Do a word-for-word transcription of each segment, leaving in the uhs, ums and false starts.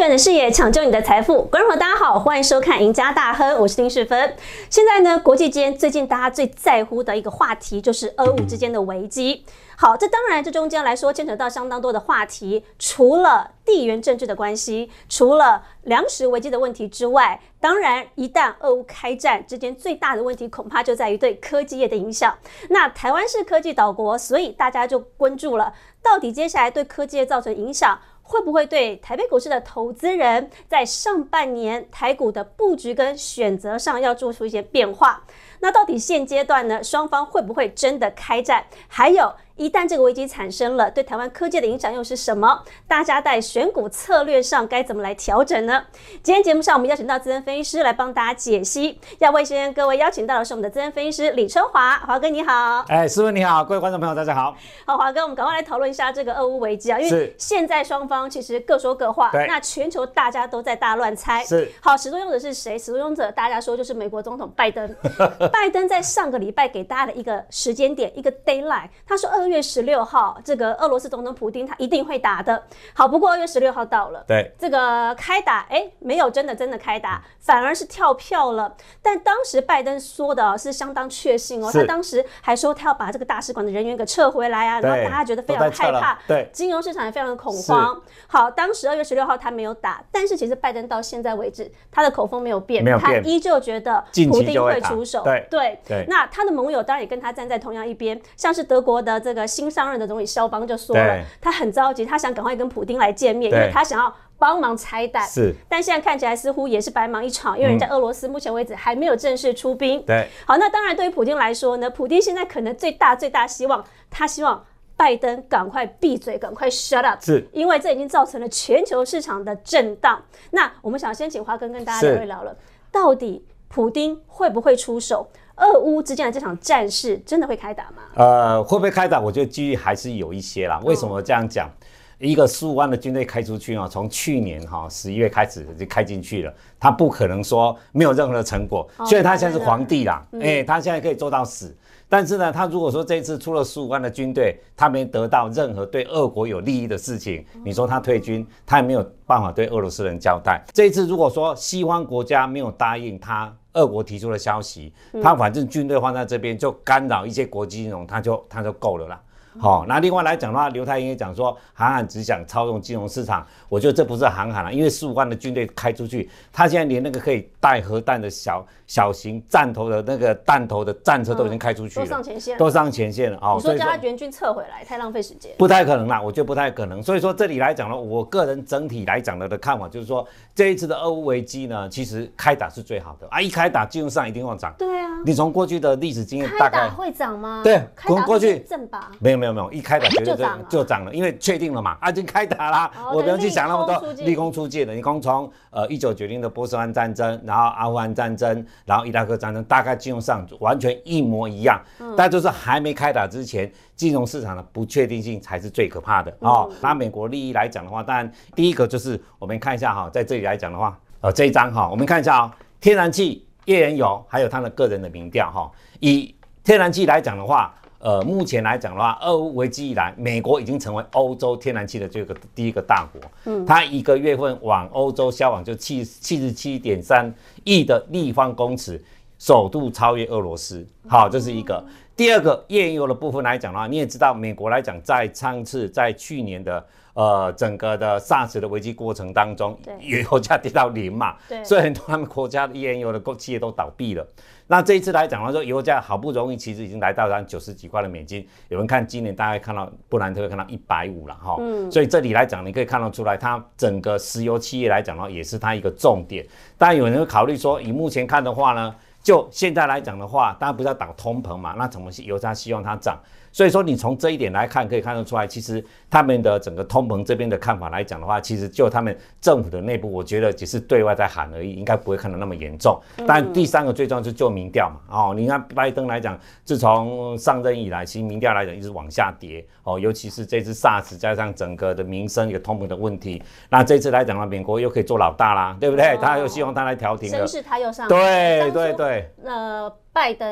远的视野，抢救你的财富。观众朋友，大家好，欢迎收看《赢家大亨》，我是丁世芬。现在呢，国际间最近大家最在乎的一个话题就是俄乌之间的危机。好，这当然这中间来说牵扯到相当多的话题，除了地缘政治的关系，除了粮食危机的问题之外，当然一旦俄乌开战之间最大的问题恐怕就在于对科技业的影响。那台湾是科技岛国，所以大家就关注了，到底接下来对科技业造成影响会不会对台北股市的投资人在上半年台股的布局跟选择上要做出一些变化？那到底现阶段呢，双方会不会真的开战？还有，一旦这个危机产生了，对台湾科技的影响又是什么？大家在选股策略上该怎么来调整呢？今天节目上我们邀请到资深分析师来帮大家解析。要为先各位邀请到的是我们的资深分析师李春华，华哥你好。 哎，思文你好，各位观众朋友大家好。 好，华哥，我们赶快来讨论一下这个俄乌危机啊，因为现在双方其实各说各话，那全球大家都在大乱猜。 是。 好，始作俑者是谁？始作俑者大家说就是美国总统拜登。拜登在上个礼拜给大家的一个时间点，一个 deadline， 他说二月十六号，这个俄罗斯总统普丁他一定会打的。好，不过二月十六号到了， 对， 这个开打，哎，没有真的真的开打，反而是跳票了。但当时拜登说的是相当确信哦，他当时还说他要把这个大使馆的人员给撤回来啊，然后大家觉得非常害怕， 对， 金融市场也非常的恐慌。好，当时二月十六号他没有打，但是其实拜登到现在为止，他的口风没有变， 没有变， 他依旧觉得普丁会出手， 对对。 对， 那他的盟友当然也跟他站在同样一边，像是德国的这个新上任的总理肖邦就说了，他很着急，他想赶快跟普丁来见面，因为他想要帮忙拆弹。 是， 但现在看起来似乎也是白忙一场，因为人家俄罗斯目前为止还没有正式出兵。 对， 好，那当然对于普丁来说呢，普丁现在可能最大最大希望，他希望拜登赶快闭嘴，赶快 shut up， 是， 因为这已经造成了全球市场的震荡。那我们想先请华哥跟大家聊一聊了，到底普丁会不会出手？俄乌之间的这场战事真的会开打吗？ 呃，会不会开打？我觉得几率还是有一些啦。为什么这样讲？嗯、一个十五万的军队开出去啊，从去年哈十一月开始就开进去了，他不可能说没有任何的成果。哦、所以他现在是皇帝啦，哎、嗯欸，他现在可以做到死。但是呢，他如果说这一次出了十五万的军队，他没得到任何对俄国有利益的事情，你说他退军，他也没有办法对俄罗斯人交代。这一次如果说西方国家没有答应他。俄国提出的消息，他反正军队放在这边就干扰一些国际金融，他就他就够了啦。好、哦，那另外来讲的话，刘太英也讲说，韩寒只想操纵金融市场，我觉得这不是韩寒了，因为十五万的军队开出去，他现在连那个可以带核弹的小小型弹头的那个弹头的战车都已经开出去了，嗯、 都上前线了， 都上前线了啊！ 你说叫他援军撤回来，太浪费时间， 不太可能啦，我觉得不太可能。所以说这里来讲呢，我个人整体来讲的的看法就是说，这一次的俄乌危机呢，其实开打是最好的啊，一开打技术上一定会涨。 对啊， 你从过去的历史经验大概开打会涨吗？ 对， 开打过去正吧？ 没有没有没有，一开打绝对就涨了， 就涨了，因为确定了嘛，啊，已经开打啦，哦、我不用去想那么多，立功出尽了。你光从呃一九九零的波斯湾战争，然后阿富汗战争，然后伊拉克战争，大概金融上完全一模一样，嗯、但就是还没开打之前，金融市场的不确定性才是最可怕的啊、哦。嗯、拿美国利益来讲的话，当然第一个就是我们看一下哈，在这里来讲的话，呃这一张哈，我们看一下啊、哦，天然气、页岩油还有他的个人的民调哈，以天然气来讲的话。呃，目前来讲的话，俄乌危机以来，美国已经成为欧洲天然气的这个第一个大国。嗯，它一个月份往欧洲销往就七七十七点三亿的立方公尺，首度超越俄罗斯。好，这是一个。第二个，页岩油的部分来讲的话，你也知道，美国来讲，在上次在去年的呃整个的 SARS 的危机过程当中，油价跌到零嘛，所以很多他们国家的页岩油的企业都倒闭了。那这一次来讲的话，说油价好不容易其实已经来到九十几块的美金，有人看今年大概看到布兰特会看到一百五了哈，嗯、所以这里来讲你可以看得出来，它整个石油企业来讲的话，也是它一个重点。当然有人会考虑说，以目前看的话呢，就现在来讲的话，当然不是要打通膨嘛，那怎么油价希望它涨？所以说你从这一点来看，可以看得出来，其实他们的整个通膨这边的看法来讲的话，其实就他们政府的内部，我觉得只是对外在喊而已，应该不会看得那么严重。但第三个最重要就是就民调嘛，哦，你看拜登来讲，自从上任以来，其实民调来讲一直往下跌，哦，尤其是这次 SARS 加上整个的民生一个通膨的问题，那这次来讲呢，美国又可以做老大啦，对不对？哦、他又希望他来调停了， 声势他又上， 对对对， 呃，拜登。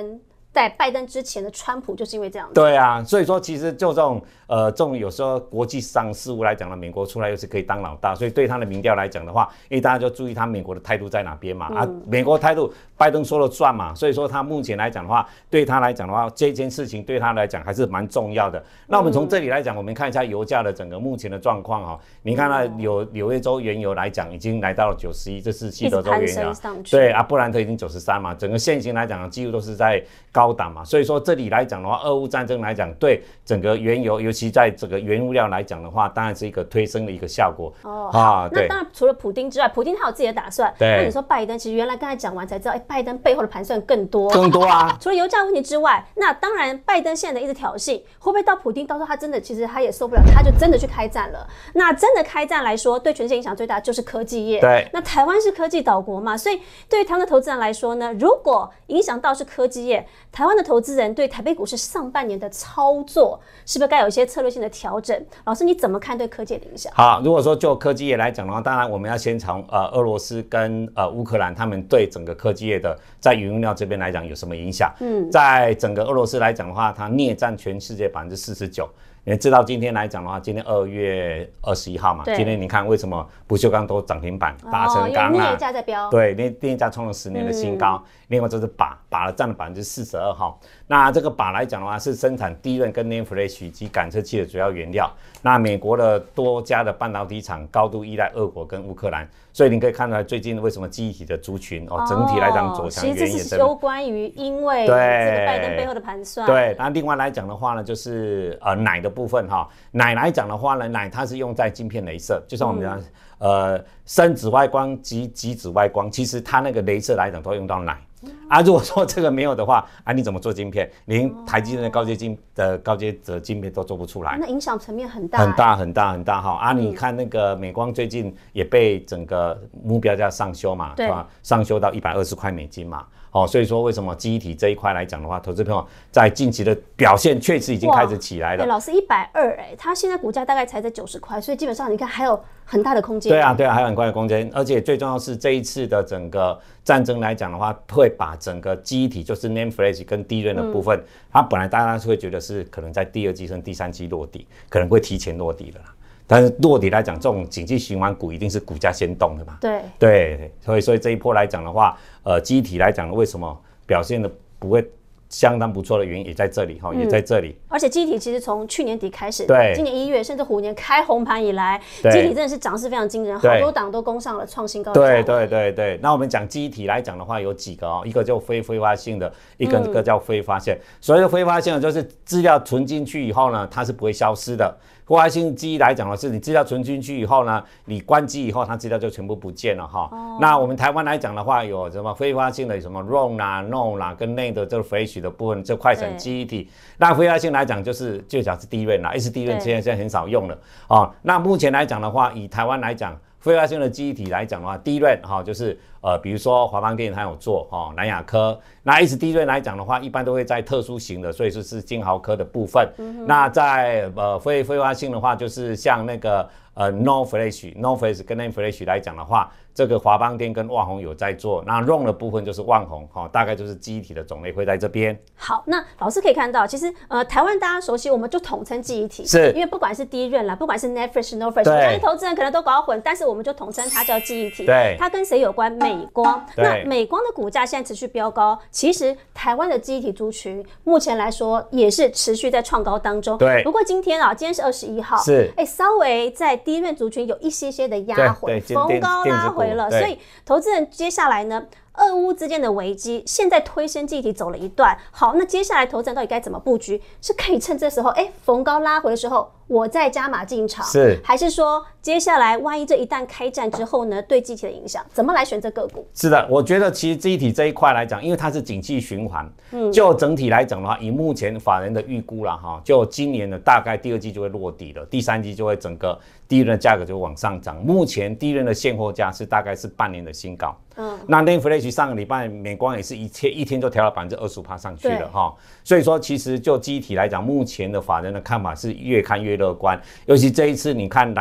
在拜登之前的川普就是因为这样子。 对啊，所以说其实就这种呃这种有时候国际上事务来讲呢，美国出来又是可以当老大，所以对他的民调来讲的话，因为大家就注意他美国的态度在哪边嘛、嗯、啊，美国态度拜登说了算嘛，所以说他目前来讲的话，对他来讲的话，这件事情对他来讲还是蛮重要的。那我们从这里来讲，我们看一下油价的整个目前的状况哈，你看到有纽约州原油来讲已经来到了九十一，这是西德州原油，对啊，布兰特已经九十三嘛，整个现行来讲几乎都是在高档嘛，所以说这里来讲的话，俄乌战争来讲，对整个原油，尤其在这个原物料来讲的话，当然是一个推升的一个效果。 哦，啊，那当然除了普丁之外，普丁他有自己的打算。 对， 那你说拜登，其实原来刚才讲完才知道，哎，拜登背后的盘算更多， 更多啊。 除了油价问题之外，那当然拜登现在的一直挑衅，会不会到普丁到时候他真的其实他也受不了，他就真的去开战了？那真的开战来说，对全世界影响最大的就是科技业。 对， 那台湾是科技岛国嘛，所以对于台湾的投资人来说呢，如果影响到是科技业，台湾的投资人对台北股市上半年的操作，是不是该有一些策略性的调整？老师，你怎么看对科技的影响？ 好，如果说就科技业来讲的话，当然我们要先从呃俄罗斯跟呃乌克兰他们对整个科技业的在原物料这边来讲有什么影响？嗯，在整个俄罗斯来讲的话，它孽占全世界百分之四十九。你知道今天来讲的话，今天二月二十一号嘛，今天你看为什么不锈钢都涨停板，大成钢啊，镍价在飙， 对，镍镍价创了十年的新高。嗯、另外就是钯，钯了占了百分之四十二哈。那这个钯来讲的话，是生产低润跟 NAND Flash 及感测器的主要原料。那美国的多家的半导体厂高度依赖俄国跟乌克兰，所以你可以看出来最近为什么记忆体的族群哦，整体来讲走强原因也其实这是攸关于因为这个拜登背后的盘算。 对，那另外来讲的话呢，就是呃奶的部分哈，奶来讲的话呢，奶它是用在晶片雷射，就像我们讲、嗯、呃深紫外光及极紫外光，其实它那个雷射来讲都会用到奶。啊，如果说这个没有的话，啊，你怎么做晶片？连台积电的高阶晶的高阶的晶片都做不出来， 那影响层面很大， 很大很大很大哈。啊，你看那个美光最近也被整个目标价上修嘛，是吧？上修到一百二十块美金嘛。哦，所以说为什么记忆体这一块来讲的话，投资朋友在近期的表现确实已经开始起来了。 老师一百二哎，它现在股价大概才在九十块，所以基本上你看还有很大的空间。 对啊，对啊，还有很大的空间，而且最重要是这一次的整个战争来讲的话，会把整个记忆体就是 NAND Flash 跟 D R A M 的部分，嗯、它本来大家是会觉得是可能在第二季甚至第三季落地，可能会提前落地了啦。但是落底来讲，这种景气循环股一定是股价先动的嘛？ 对对，所以所以这一波来讲的话，呃，记忆体来讲，为什么表现的不会相当不错的原因也在这里哈、嗯，也在这里。 而且记忆体其实从去年底开始， 对， 今年一月甚至虎年开红盘以来，记忆体真的是涨势非常惊人，好多档都攻上了创新高。 对对对对，那我们讲记忆体来讲的话，有几个哦，一个叫非挥发性的，一个个叫非发性。嗯、所谓的非发性的，就是资料存进去以后呢，它是不会消失的。挥发性记忆来讲的是，你资料存进去以后呢，你关机以后，它资料就全部不见了哈。哦、那我们台湾来讲的话，有什么挥发性的什么 R O M 啦、N O M 啦跟 N A N D 这个 Flash 的部分，这快闪记忆体。那挥发性来讲，就是就讲是 D R A M 啦 ，S D R A M 现在现在很少用了哦。那目前来讲的话，以台湾来讲，挥发性的记忆体来讲的话 ，D R A M 哈就是。呃，比如说华邦电它有做哦，南亚科。那 S D R A M 来讲的话，一般都会在特殊型的，所以说是金豪科的部分。嗯、那在呃非挥发性的话，就是像那个呃 N O Flash、N O Flash 跟 NAND Flash 来讲的话，这个华邦电跟旺宏有在做。那 R O M 的部分就是旺宏哈、哦，大概就是记忆体的种类会在这边。 好，那老师可以看到，其实呃台湾大家熟悉，我们就统称记忆体， 是因为不管是 D R A M 啦，不管是 NAND Flash、N O Flash， 我相信投资人可能都搞混，但是我们就统称它叫记忆体。 对， 它跟谁有关？美光。那美光的股价现在持续飙高，其实台湾的记忆体族群目前来说也是持续在创高当中。 对， 不过今天啊，今天是二十一号， 是哎、欸，稍微在低润族群有一些些的压回，逢高拉回了，所以投资人接下来呢？俄乌之间的危机，现在推升记忆体走了一段。好，那接下来投资人到底该怎么布局？是可以趁这时候，哎、欸，逢高拉回的时候，我再加码进场， 是还是说接下来万一这一旦开战之后呢，对记忆体的影响，怎么来选择个股？ 是的，我觉得其实记忆体这一块来讲，因为它是景气循环，嗯，就整体来讲的话，以目前法人的预估啦，哈，就今年的大概第二季就会落地了，第三季就会整个第一轮的价格就会往上涨。目前第一轮的现货价是大概是半年的新高。嗯，那 NAND Flash 上个礼拜美光也是一天一天就调了百分之二十五趴上去了哈，所以说其实就记忆体来讲，目前的法人的看法是越看越乐观，尤其这一次你看南亚科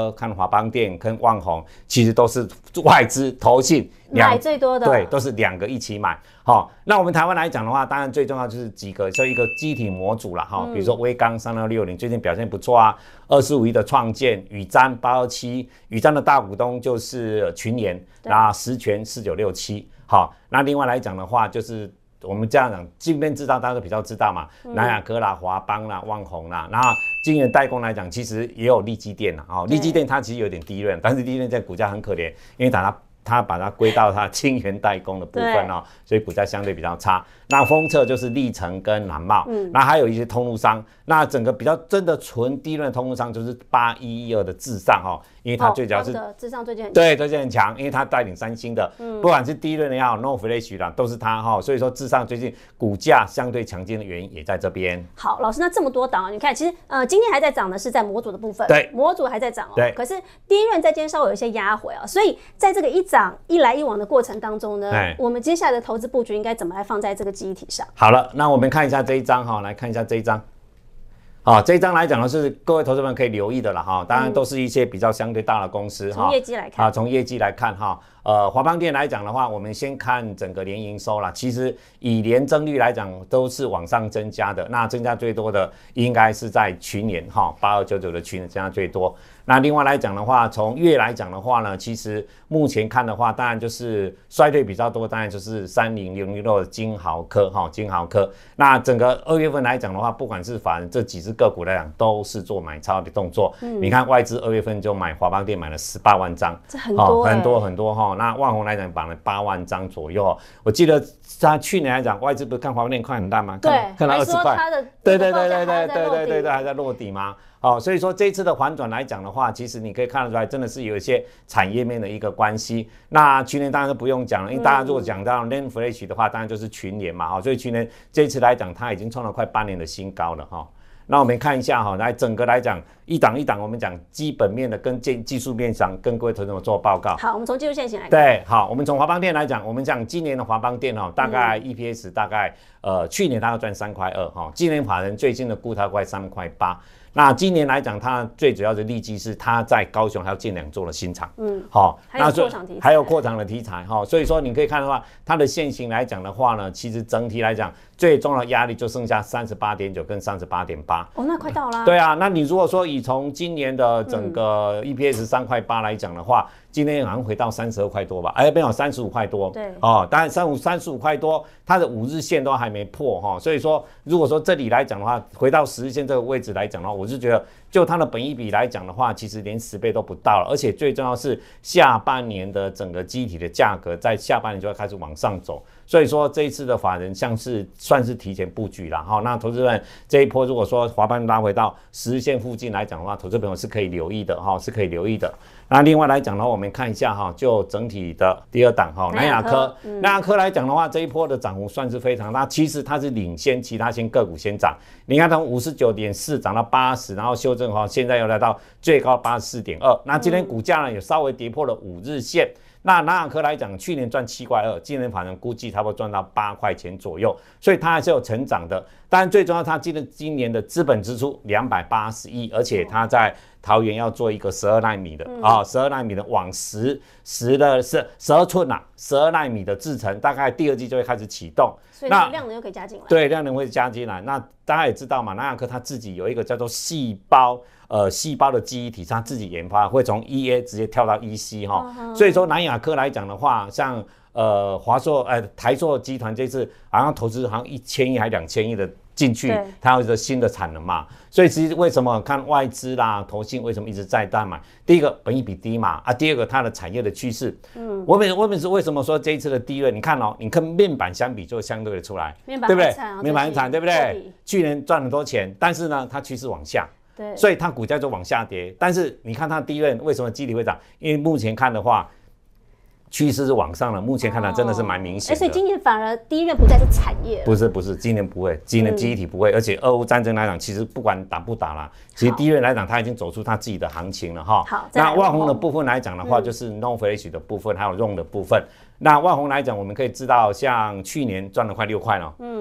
科、看华邦电、跟旺宏，其实都是外资投信买最多的， 对，都是两个一起买。好、哦，那我们台湾来讲的话，当然最重要就是几个，就一个机体模组啦，哈、哦，比如说威刚三二六零最近表现不错啊，二四五一的创建，宇瞻八二七，宇瞻的大股东就是群联，然后实权四九六七，好，那另外来讲的话就是。我们这样讲，晶片制造大家都比较知道嘛，嗯、南亚科啦、华邦啦、旺宏啦，然后晶圆代工来讲，其实也有力积电啦，哦，力积电它其实有点低润，但是低润在股价很可怜，因为它它把它归到它晶圆代工的部分哦，所以股价相对比较差。那封测就是力成跟南茂，嗯，那还有一些通路商，那整个比较真的纯低润的通路商就是八一一二的至上哦，因为它最主要是至上最近很强， 对，最近很强，因为它带领三星的，嗯，不管是低润的也好 ，No Flash 啦，都是它哈、哦，所以说至上最近股价相对强劲的原因也在这边。 好，老师，那这么多档啊，你看，其实呃，今天还在涨的是在模组的部分， 对， 模组还在涨哦， 对， 可是低润在今天稍微有一些压回啊，所以在这个一涨一来一往的过程当中呢，我们接下来的投资布局应该怎么来放在这个记忆体上？ 好了，那我们看一下这一张哈，来看一下这一张。好，这一张来讲呢，是各位投资们可以留意的了哈。当然都是一些比较相对大的公司哈。 从业绩来看， 啊，从业绩来看哈，呃，华邦电来讲的话，我们先看整个年营收啦。其实以年增率来讲，都是往上增加的。那增加最多的应该是在群联哈，八二九九的群联增加最多。那另外来讲的话，从月来讲的话呢，其实目前看的话，当然就是衰退比较多，当然就是三零零零六的金豪科哈，金豪科。那整个二月份来讲的话，不管是法人这几只个股来讲，都是做买超的动作。嗯、你看外资二月份就买华邦电买了十八万张， 这很多、 欸哦、很多很多哈。那万宏来讲买了八万张左右。我记得他去年来讲，外资不是看华邦电看很淡吗？ 对， 看到二十块。对对对对对对对对对，还在落底吗？哦，所以说这一次的反转来讲的话，其实你可以看得出来，真的是有一些产业面的一个关系。那群联当然是不用讲了，因为大家如果讲到 N A N D Flash 的话，当然就是群联嘛，哈、哦，所以群联这一次来讲，它已经创了快八年的新高了，哈、哦。那我们看一下哈，来整个来讲，一档一档，我们讲基本面的跟技术面上，跟各位投资者做报告。 好，我们从技术线型来看。 对，好，我们从华邦电来讲，我们讲今年的华邦电哈，大概 E P S 大概、嗯、呃去年大概赚三块二哈，今年法人最近的估它快三块八。那今年来讲，它最主要的利基是它在高雄还要建两座的新厂，嗯，好、哦， 还有扩厂题材， 还有扩厂的题材哈、哦，所以说你可以看的话，它的现行来讲的话呢，其实整体来讲，最重要的压力就剩下三十八点九跟三十八点八， 哦，那快到了。 对啊，那你如果说以从今年的整个 E P S 三块八来讲的话，嗯、今天好像回到三十二块多吧，哎，没有三十五块多， 对， 哦，当然三五三十五块多，它的五日线都还没破哈、哦，所以说如果说这里来讲的话，回到十日线这个位置来讲的话，我是觉得。就它的本益比来讲的话，其实连十倍都不到了，而且最重要是下半年的整个机体的价格在下半年就要开始往上走，所以说这一次的法人像是算是提前布局了哈。那投资人这一波如果说华邦拉回到十日线附近来讲的话，投资朋友是可以留意的哈，是可以留意的。那另外来讲的话，我们看一下哈，就整体的第二档哈，南亚科，嗯、南亚科来讲的话，这一波的涨幅算是非常大，其实它是领先其他先个股先涨。你看从五十九点四涨到八十，然后修正哈，现在又来到最高八十四点二。那今天股价呢也稍微跌破了五日线。那南亚科来讲，去年赚七块二，今年法人估计差不多赚到八块钱左右，所以它还是有成长的。当然最重要，它今今年的资本支出两百八十亿，而且它在桃园要做一个十二奈米的啊，十二奈米的往十十的十十二寸啊，十二奈米的制程，大概第二季就会开始启动。 所以那量能又可以加进来。 对，量能会加进来。那大家也知道嘛，南亚科它自己有一个叫做细胞。呃，细胞的记忆体，它自己研发，会从 E A 直接跳到 E C 哈， uh-huh. 所以说南亚科来讲的话，像呃华硕、呃台硕集团这次好像投资好像一千亿还两千亿的进去，它有一个新的产能嘛，所以其实为什么看外资啦、投信为什么一直在大买？第一个本益比低嘛，啊，第二个它的产业的趋势，嗯，我们我们是为什么说这一次的低润？你看哦，你跟面板相比就相对的出来， 面板对不对？ 哦、 面板很惨，对不对？去年赚很多钱，但是呢，它趋势往下。 对， 所以它股价就往下跌，但是你看它低润为什么基体会涨？因为目前看的话，趋势是往上了。目前看它真的是蛮明显的。 所以今年反而低润不再是产业， 不是不是，今年不会，今年基体不会，嗯、而且俄乌战争来讲，其实不管打不打啦，其实低润来讲，它已经走出它自己的行情了哈。 好， 那万宏的部分来讲的话，嗯、就是 No Flash 的部分，还有 R O M 的部分。那万宏来讲，我们可以知道，像去年赚了快六块了，嗯，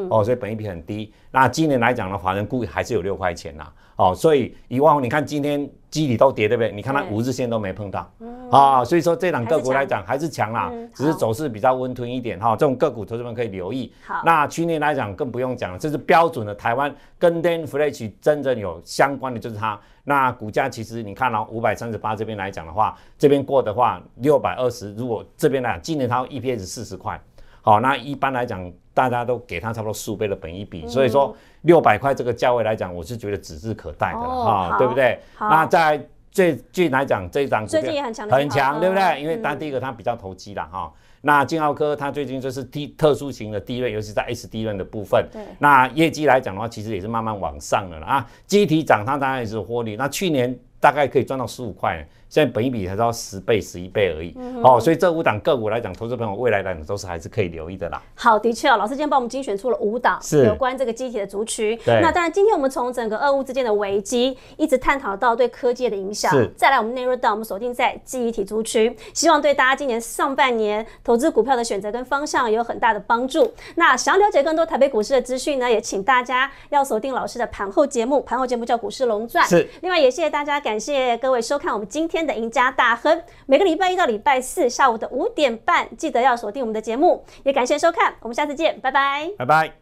哦，所以本益比很低。那今年来讲呢，法人估还是有六块钱啦，哦，所以以往你看今天基体都跌，对不对？你看它五日线都没碰到，嗯、啊，所以说这档个股来讲还是强啦，嗯、只是走势比较温吞一点哈、哦。这种个股投资们可以留意。好，那去年来讲更不用讲了，这是标准的台湾跟 N A N D Flash 真正有相关的就是它。那股价其实你看哦，五百三十八这边来讲的话，这边过的话六百二十，如果这边来讲，今年它 E P S 四十块。好，那一般来讲，大家都给它差不多数倍的本益比，嗯、所以说六百块这个价位来讲，我是觉得指日可待的了哈、哦，对不对？那在最近来讲，这一张股票最近也很强， 很强，对不对？因为它第一个它比较投机啦哈。嗯那金豪科它最近就是低特殊型的低润，尤其在 S D 润的部分。对。那业绩来讲的话，其实也是慢慢往上了啊。基体涨，它当然也是获利。那去年大概可以赚到十五块。现在本益比才到十倍、十一倍而已，嗯、哦，所以这五档个股来讲，投资朋友未来来讲都是还是可以留意的啦。 好，的确哦，老师今天帮我们精选出了五档有关这个机体的族群。那当然，今天我们从整个俄乌之间的危机，一直探讨到对科技的影响，再来我们内入到我们锁定在记忆体族群，希望对大家今年上半年投资股票的选择跟方向有很大的帮助。那想要了解更多台北股市的资讯呢，也请大家要锁定老师的盘后节目，盘后节目叫《股市龙钻》。是。另外也谢谢大家，感谢各位收看我们今天的赢家大亨，每个礼拜一到礼拜四下午的五点半，记得要锁定我们的节目。也感谢收看，我们下次见，拜拜， 拜拜。